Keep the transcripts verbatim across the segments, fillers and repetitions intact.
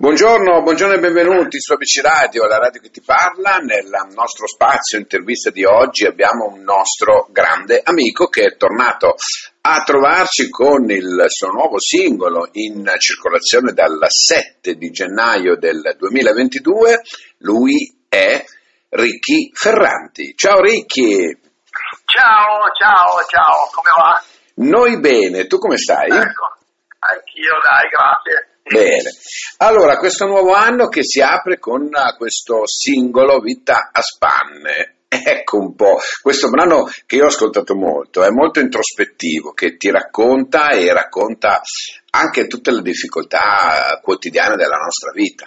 Buongiorno, buongiorno e benvenuti su A B C Radio, la radio che ti parla. Nel nostro spazio intervista di oggi abbiamo un nostro grande amico che è tornato a trovarci con il suo nuovo singolo in circolazione dal sette di gennaio del duemilaventidue. Lui è Ricky Ferranti. Ciao Ricky! Ciao, ciao, ciao, come va? Noi bene, tu come stai? Ecco, anch'io dai, grazie. Bene, allora questo nuovo anno che si apre con questo singolo Vita a Spanne. Ecco un po', questo brano che io ho ascoltato molto, è molto introspettivo, che ti racconta e racconta anche tutte le difficoltà quotidiane della nostra vita.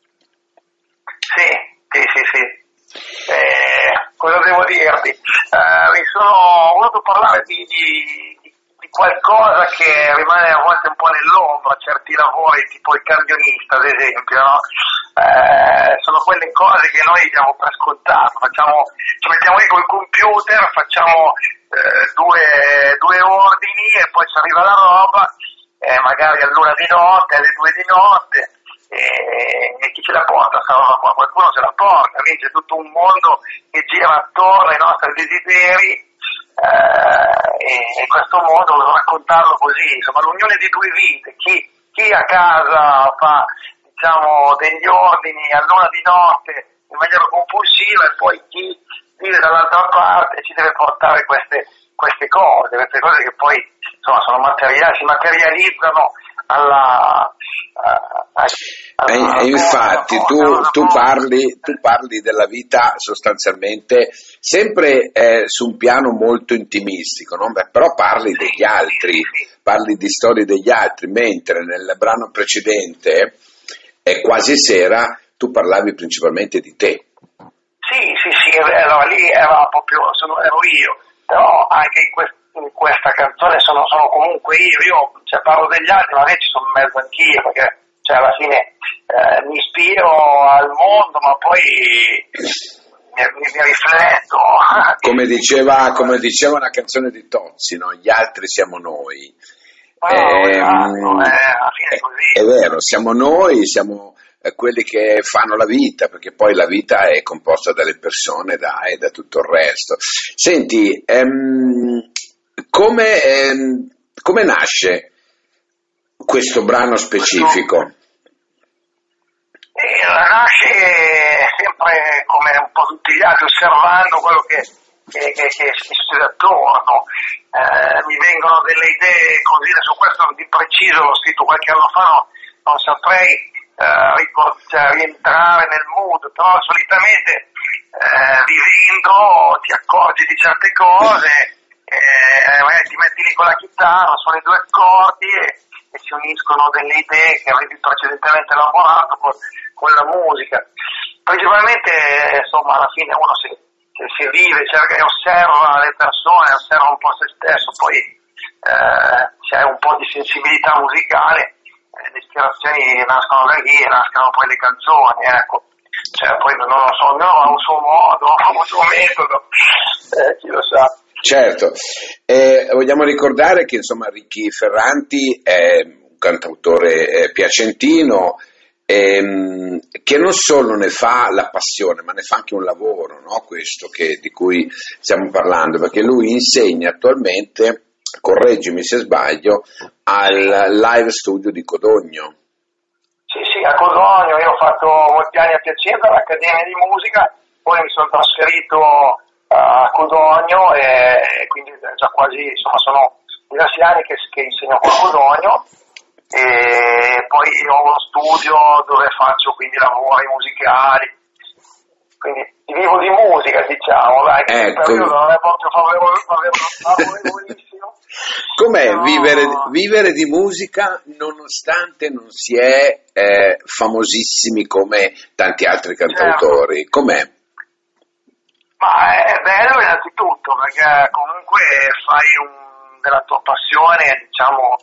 Sì, sì, sì, sì. Eh, cosa devo dirti? Eh, mi sono voluto parlare di, di, di qualcosa che rimane a volte un po' nell'ombra, certi lavori, tipo il camionista ad esempio, no? Eh, sono quelle cose che noi diamo per scontato, facciamo, ci mettiamo lì col computer, facciamo eh, due, due ordini e poi ci arriva la roba, eh, magari all'una di notte, alle due di notte, e, e chi ce la porta sta roba qua? Qualcuno se la porta, lì c'è tutto un mondo che gira attorno ai nostri desideri. Uh, e, e questo modo volevo raccontarlo così, insomma, l'unione di due vite, chi, chi a casa fa diciamo degli ordini all'una di notte in maniera compulsiva e poi chi vive dall'altra parte ci deve portare queste, queste cose, queste cose che poi insomma sono materiali, si materializzano alla, alla, alla e, e infatti alla tu, alla tu, parli, tu parli della vita sostanzialmente sempre eh, su un piano molto intimistico, no? Beh, però parli degli altri, parli di storie degli altri, mentre nel brano precedente è Quasi sera, tu parlavi principalmente di te. Sì, sì, sì, allora lì era proprio, sono, ero io, però anche in questo in questa canzone sono, sono comunque io, io cioè, parlo degli altri, ma ci sono in mezzo anch'io, perché cioè, alla fine eh, mi ispiro al mondo, ma poi mi, mi, mi rifletto. Come diceva, come diceva una canzone di Tozzi, no? Gli altri siamo noi. Oh, eh, esatto, eh, alla fine è così. È vero, siamo noi, siamo quelli che fanno la vita, perché poi la vita è composta dalle persone da, e da tutto il resto. Senti, ehm, Come, ehm, come nasce questo brano specifico? Eh, nasce sempre come un po' tutti gli altri, osservando quello che, che, che, che succede attorno. Eh, mi vengono delle idee così, su questo di preciso l'ho scritto qualche anno fa, no, non saprei eh, ricor- cioè, rientrare nel mood, però solitamente eh, vivendo ti accorgi di certe cose. Eh, magari ti metti lì con la chitarra, suoni due accordi e, e si uniscono delle idee che avevi precedentemente elaborato con, con la musica. Principalmente, insomma, alla fine uno si, si vive, cerca e osserva le persone, osserva un po' se stesso, poi eh, c'è un po' di sensibilità musicale, eh, le ispirazioni nascono da lì e nascono poi le canzoni, ecco. Cioè, poi non lo so, ognuno ha un suo modo, ha un suo metodo, eh, chi lo sa. Certo, eh, vogliamo ricordare che insomma Ricky Ferranti è un cantautore eh, piacentino ehm, che non solo ne fa la passione ma ne fa anche un lavoro, no? Questo che, di cui stiamo parlando, perché lui insegna attualmente, correggimi se sbaglio, al Live Studio di Codogno. Sì, sì, a Codogno, io ho fatto molti anni a Piacenza all'Accademia di Musica, poi mi sono trasferito a Codogno e quindi già quasi, insomma, sono diversi anni che, che insegno qua a Codogno e poi ho uno studio dove faccio quindi lavori musicali, quindi vivo di musica, diciamo, dai, che ecco. Il periodo non è proprio favorevolissimo. Com'è no. vivere, vivere di musica nonostante non si è eh, famosissimi come tanti altri cantautori? Certo. Com'è? Ma è bello innanzitutto perché comunque fai un, della tua passione, diciamo,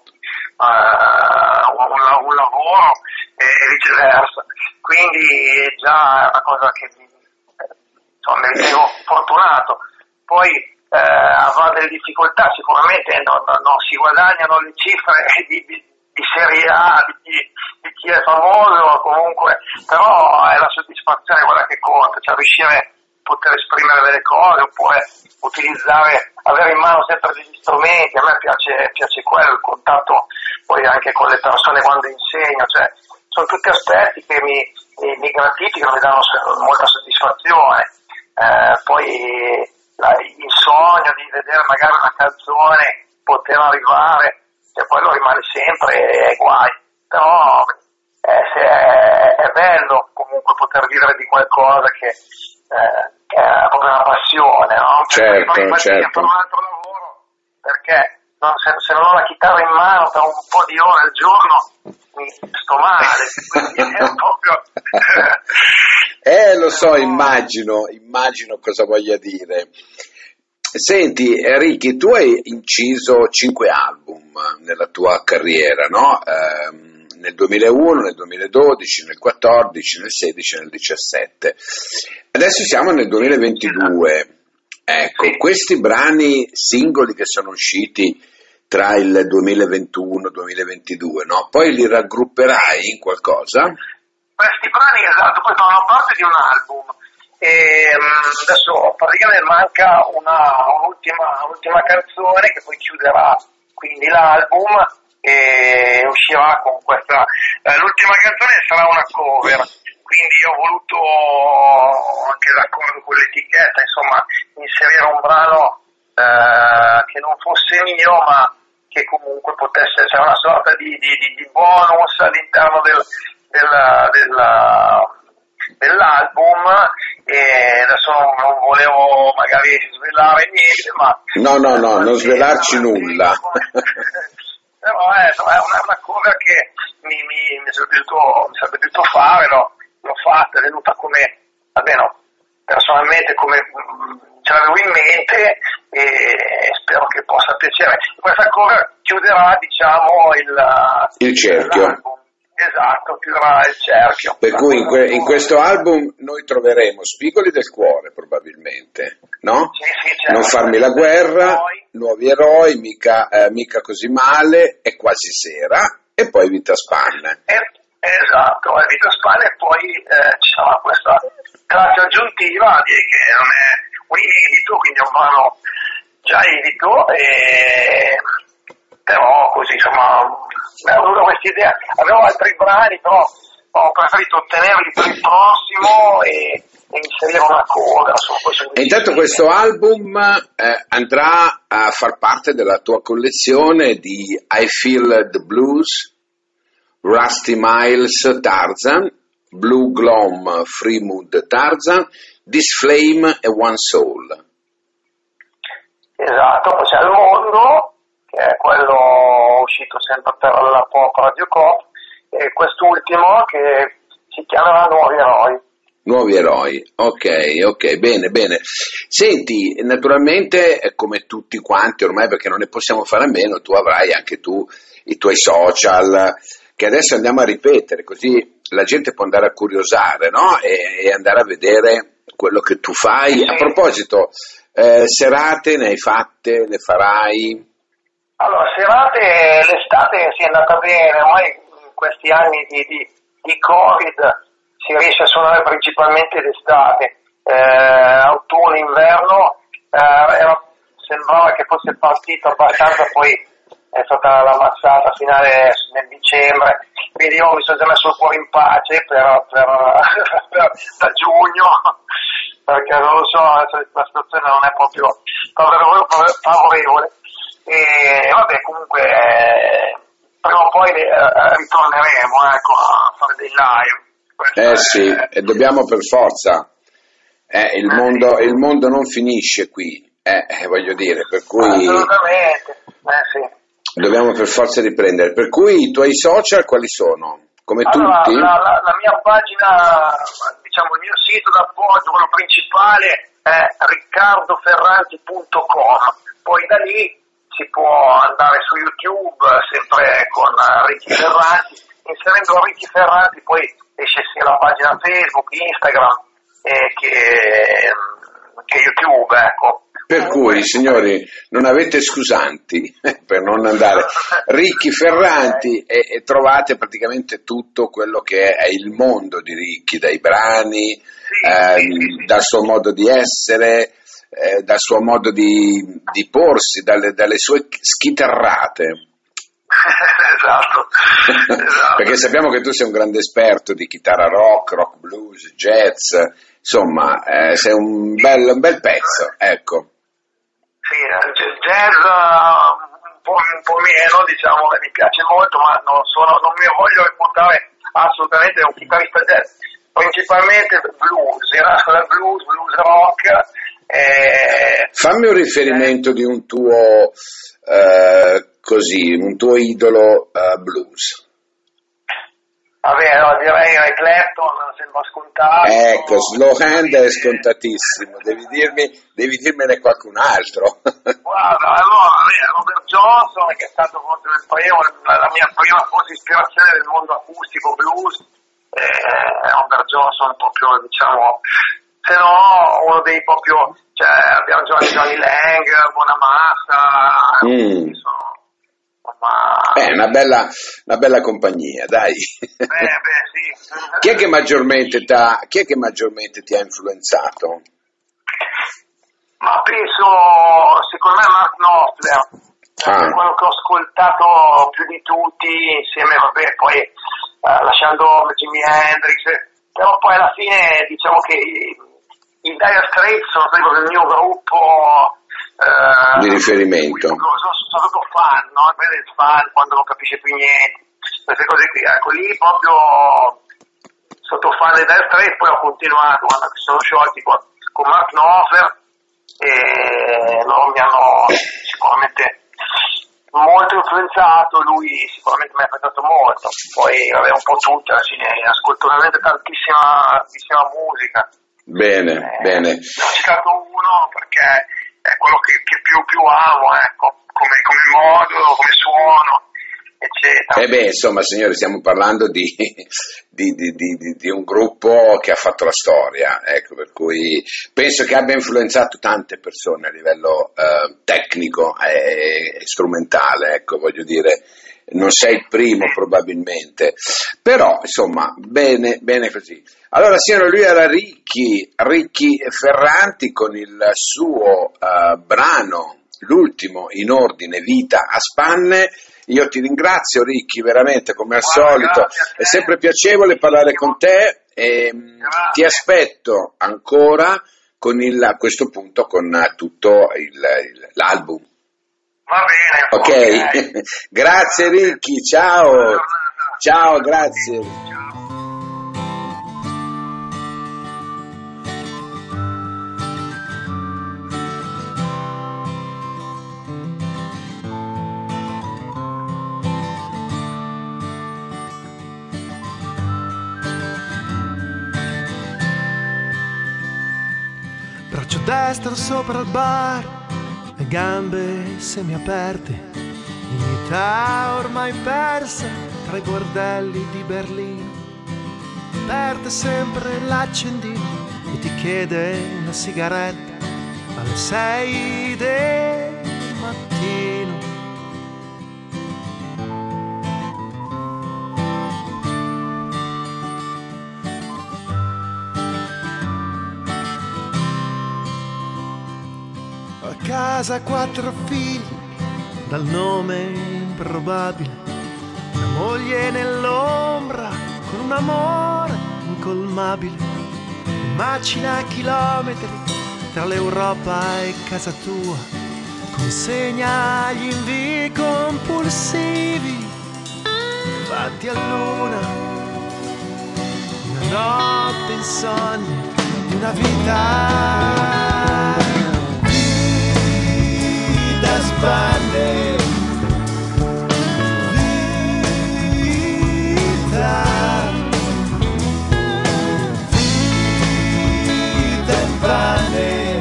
uh, un, un lavoro e viceversa. Quindi già è una cosa che insomma, mi ritengo fortunato. Poi eh, avrà delle difficoltà, sicuramente non, non si guadagnano le cifre di, di, di Serie A, di chi, di chi è famoso, comunque, però è la soddisfazione quella che conta, cioè riuscire a poter esprimere delle cose, oppure utilizzare, avere in mano sempre degli strumenti. A me piace, piace quello, il contatto poi anche con le persone quando insegno, cioè sono tutti aspetti che mi, mi, mi gratificano, mi danno molta soddisfazione. Eh, poi la, il sogno di vedere magari una canzone poter arrivare, e poi lo rimane sempre, è guai, però eh, se è, è bello comunque poter vivere di qualcosa che, eh, che è proprio una passione, no? Certo, per certo. Per un altro lavoro, perché no, se, se non ho la chitarra in mano per un po' di ore al giorno mi sto male, quindi è proprio... eh, lo so, immagino, immagino cosa voglia dire. Senti, Ricky, tu hai inciso cinque album nella tua carriera, no? Eh, nel duemilauno, nel duemiladodici, nel quattordici, nel sedici e nel diciassette. Adesso siamo nel duemilaventidue. Ecco, Sì. Questi brani singoli che sono usciti tra il duemilaventuno e il duemilaventidue, no? Poi li raggrupperai in qualcosa? Questi brani, esatto, poi fanno parte di un album. E adesso praticamente manca una, un'ultima, un'ultima canzone che poi chiuderà quindi l'album e uscirà con questa. Eh, l'ultima canzone sarà una cover, quindi ho voluto, anche d'accordo con l'etichetta, insomma, inserire un brano eh, che non fosse mio, ma che comunque potesse essere una sorta di, di, di, di bonus all'interno del, della, della, dell'album. E adesso non, non volevo magari svelare niente, ma no no no non svelarci nulla. Però è, è una, una cosa che mi, mi, mi, sarebbe piaciuto, mi sarebbe piaciuto fare, no? L'ho fatta, è venuta come, almeno personalmente come ce l'avevo in mente, e spero che possa piacere. Questa cosa chiuderà, diciamo, il, il cerchio. L'album. Esatto, chiuderà il cerchio. Per cui in, que- in questo album noi troveremo Spigoli del cuore, probabilmente, no? Sì, sì, certo. Non farmi la guerra, Nuovi eroi, mica, eh, mica così male, È quasi sera, e poi Vita Spanne. Eh, esatto, è Vita Spanne, e poi eh, ci sarà questa classe aggiuntiva che non è un inedito, quindi è un brano già edito, e... però così insomma avevo avuto questa idea, avevo altri brani, però ho preferito ottenerli per il prossimo e, e inserire una coda. E intanto questo album eh, andrà a far parte della tua collezione di I Feel the Blues, Rusty Miles Tarzan, Blue Glom Free Mood Tarzan, This Flame e One Soul. Esatto, poi c'è Il Mondo, che è quello uscito sempre per la Pop Radio Coop, e quest'ultimo che si chiama Nuovi Eroi. Nuovi Eroi, ok, ok, bene, bene. Senti, naturalmente, come tutti quanti ormai, perché non ne possiamo fare a meno, tu avrai anche tu i tuoi social, che adesso andiamo a ripetere, così la gente può andare a curiosare, no? E, e andare a vedere quello che tu fai. Sì. A proposito, eh, serate ne hai fatte, ne farai? Allora, serate, l'estate si è andata bene, ormai in questi anni di, di, di Covid si riesce a suonare principalmente d'estate, eh, autunno, inverno, eh, era, sembrava che fosse partito abbastanza, poi è stata la mazzata finale nel dicembre, quindi io mi sono già messo il cuore in pace per, per, per, per giugno, perché non lo so, la situazione non è proprio favorevole, favorevole. E vabbè, comunque eh, prima o poi eh, ritorneremo ecco, a fare dei live. Questo eh è, sì, e dobbiamo per forza, eh, il, mondo, il mondo non finisce qui, eh, voglio dire, per cui assolutamente, eh, sì. Dobbiamo per forza riprendere. Per cui i tuoi social quali sono? Come allora, tutti? La, la, la mia pagina, diciamo il mio sito d'appoggio, quello principale è riccardo ferranti punto com, poi da lì si può andare su YouTube, sempre con Ricky Ferranti, inserendo Ricky Ferranti poi esce sia la pagina Facebook, Instagram eh, che, che YouTube, ecco. Per cui, signori, non avete scusanti per non andare. Ricchi Ferranti e, e trovate praticamente tutto quello che è il mondo di Ricchi, dai brani, Sì, ehm, sì, sì, sì. dal suo modo di essere, eh, dal suo modo di, di porsi, dalle, dalle sue schitarrate. Esatto, esatto. Perché sappiamo che tu sei un grande esperto di chitarra rock, rock blues, jazz, insomma, eh, sei un bel, un bel pezzo, ecco. Sì, il jazz uh, un, po', un po' meno, diciamo, mi piace molto, ma non, sono, non mi voglio reputare assolutamente un chitarrista jazz, principalmente blues, il resto del blues, blues rock. Eh, Fammi un riferimento eh, di un tuo, eh, così, un tuo idolo uh, blues. Vabbè, no, direi Eric Clapton, sembra scontato. Ecco, Slow Hand è scontatissimo, devi dirmi, devi dirmene qualcun altro. Guarda, allora, Robert Johnson, che è stato la mia prima forse ispirazione del mondo acustico blues, eh, Robert Johnson proprio, diciamo, se no uno dei proprio, cioè abbiamo Johnny, Johnny Lang, Bonamassa, Mm. sono, ma... È una bella, una bella compagnia, dai. Beh, beh, sì. Chi è che maggiormente t'ha, chi è che maggiormente ti ha influenzato? Ma penso, secondo me Mark Knopfler, Ah. quello che ho ascoltato più di tutti, insieme, vabbè, poi eh, lasciando Jimi Hendrix, però poi alla fine diciamo che i, i Dire Straits sono proprio il mio gruppo eh, Di riferimento. Sono, sono, sono stato fan, no? Vede il fan quando non capisce più niente, queste cose qui, ecco lì proprio sono stato fan dei Dire Straits, poi ho continuato quando si sono sciolti con, con Mark Knopfler e loro mi hanno sicuramente molto influenzato, lui sicuramente mi ha influenzato molto, poi vabbè un po' tutti, alla fine ascolto veramente tantissima, tantissima musica. Bene, eh, bene. Ho citato uno perché è quello che, che più, più amo, ecco, come, come modo, come suono, eccetera. Eh beh, insomma, signori, stiamo parlando di, di, di, di, di un gruppo che ha fatto la storia, ecco, per cui penso che abbia influenzato tante persone a livello eh, tecnico e, e strumentale, ecco, voglio dire, non sei il primo probabilmente, però, insomma, bene, bene così. Allora, signore, lui era Ricchi, Ricchi Ferranti con il suo uh, brano, l'ultimo in ordine, Vita a spanne. Io ti ringrazio, Ricchi, veramente come al Guarda, solito, è sempre piacevole parlare con te e Grazie. ti aspetto ancora con il, a questo punto con tutto il, il, l'album. Va bene. Ok, okay. Grazie Ricchi, ciao, ciao, grazie. Ciao. Braccio destro sopra il bar, le gambe semiaperte, dignità ormai persa tra i bordelli di Berlino. Perde sempre l'accendino e ti chiede una sigaretta alle sei del mattino. A casa quattro figli dal nome improbabile, una moglie nell'ombra con un amore incolmabile, macina chilometri tra l'Europa e casa tua, consegna gli invii compulsivi fatti a luna, una notte insonne di una vita da spanne, vita, vita in panne,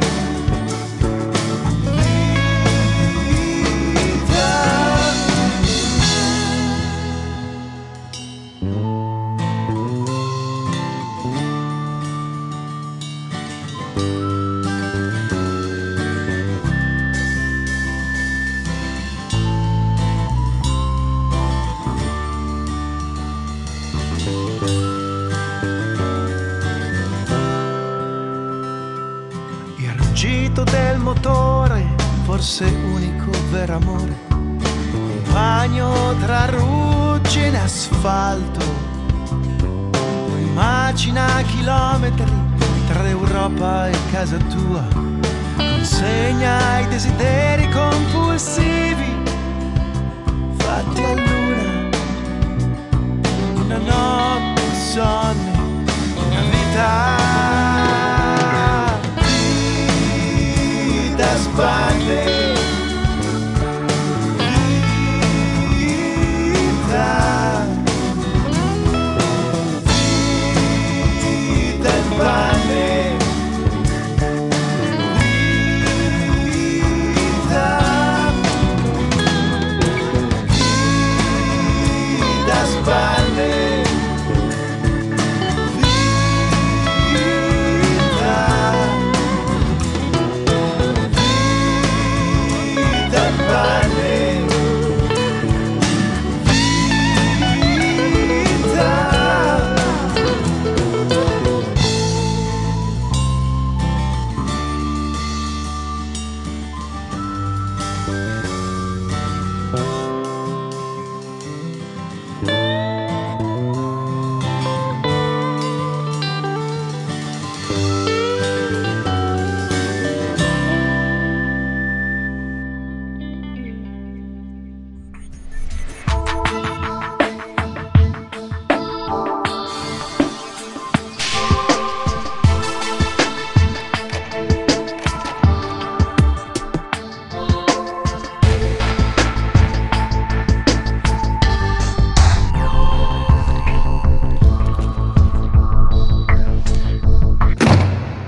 vita. l'istinto del motore, forse unico vero amore, compagno tra ruggine e asfalto. Immagina chilometri tra Europa e casa tua, consegna i desideri compulsivi fatti a luna, una notte sonni, una vita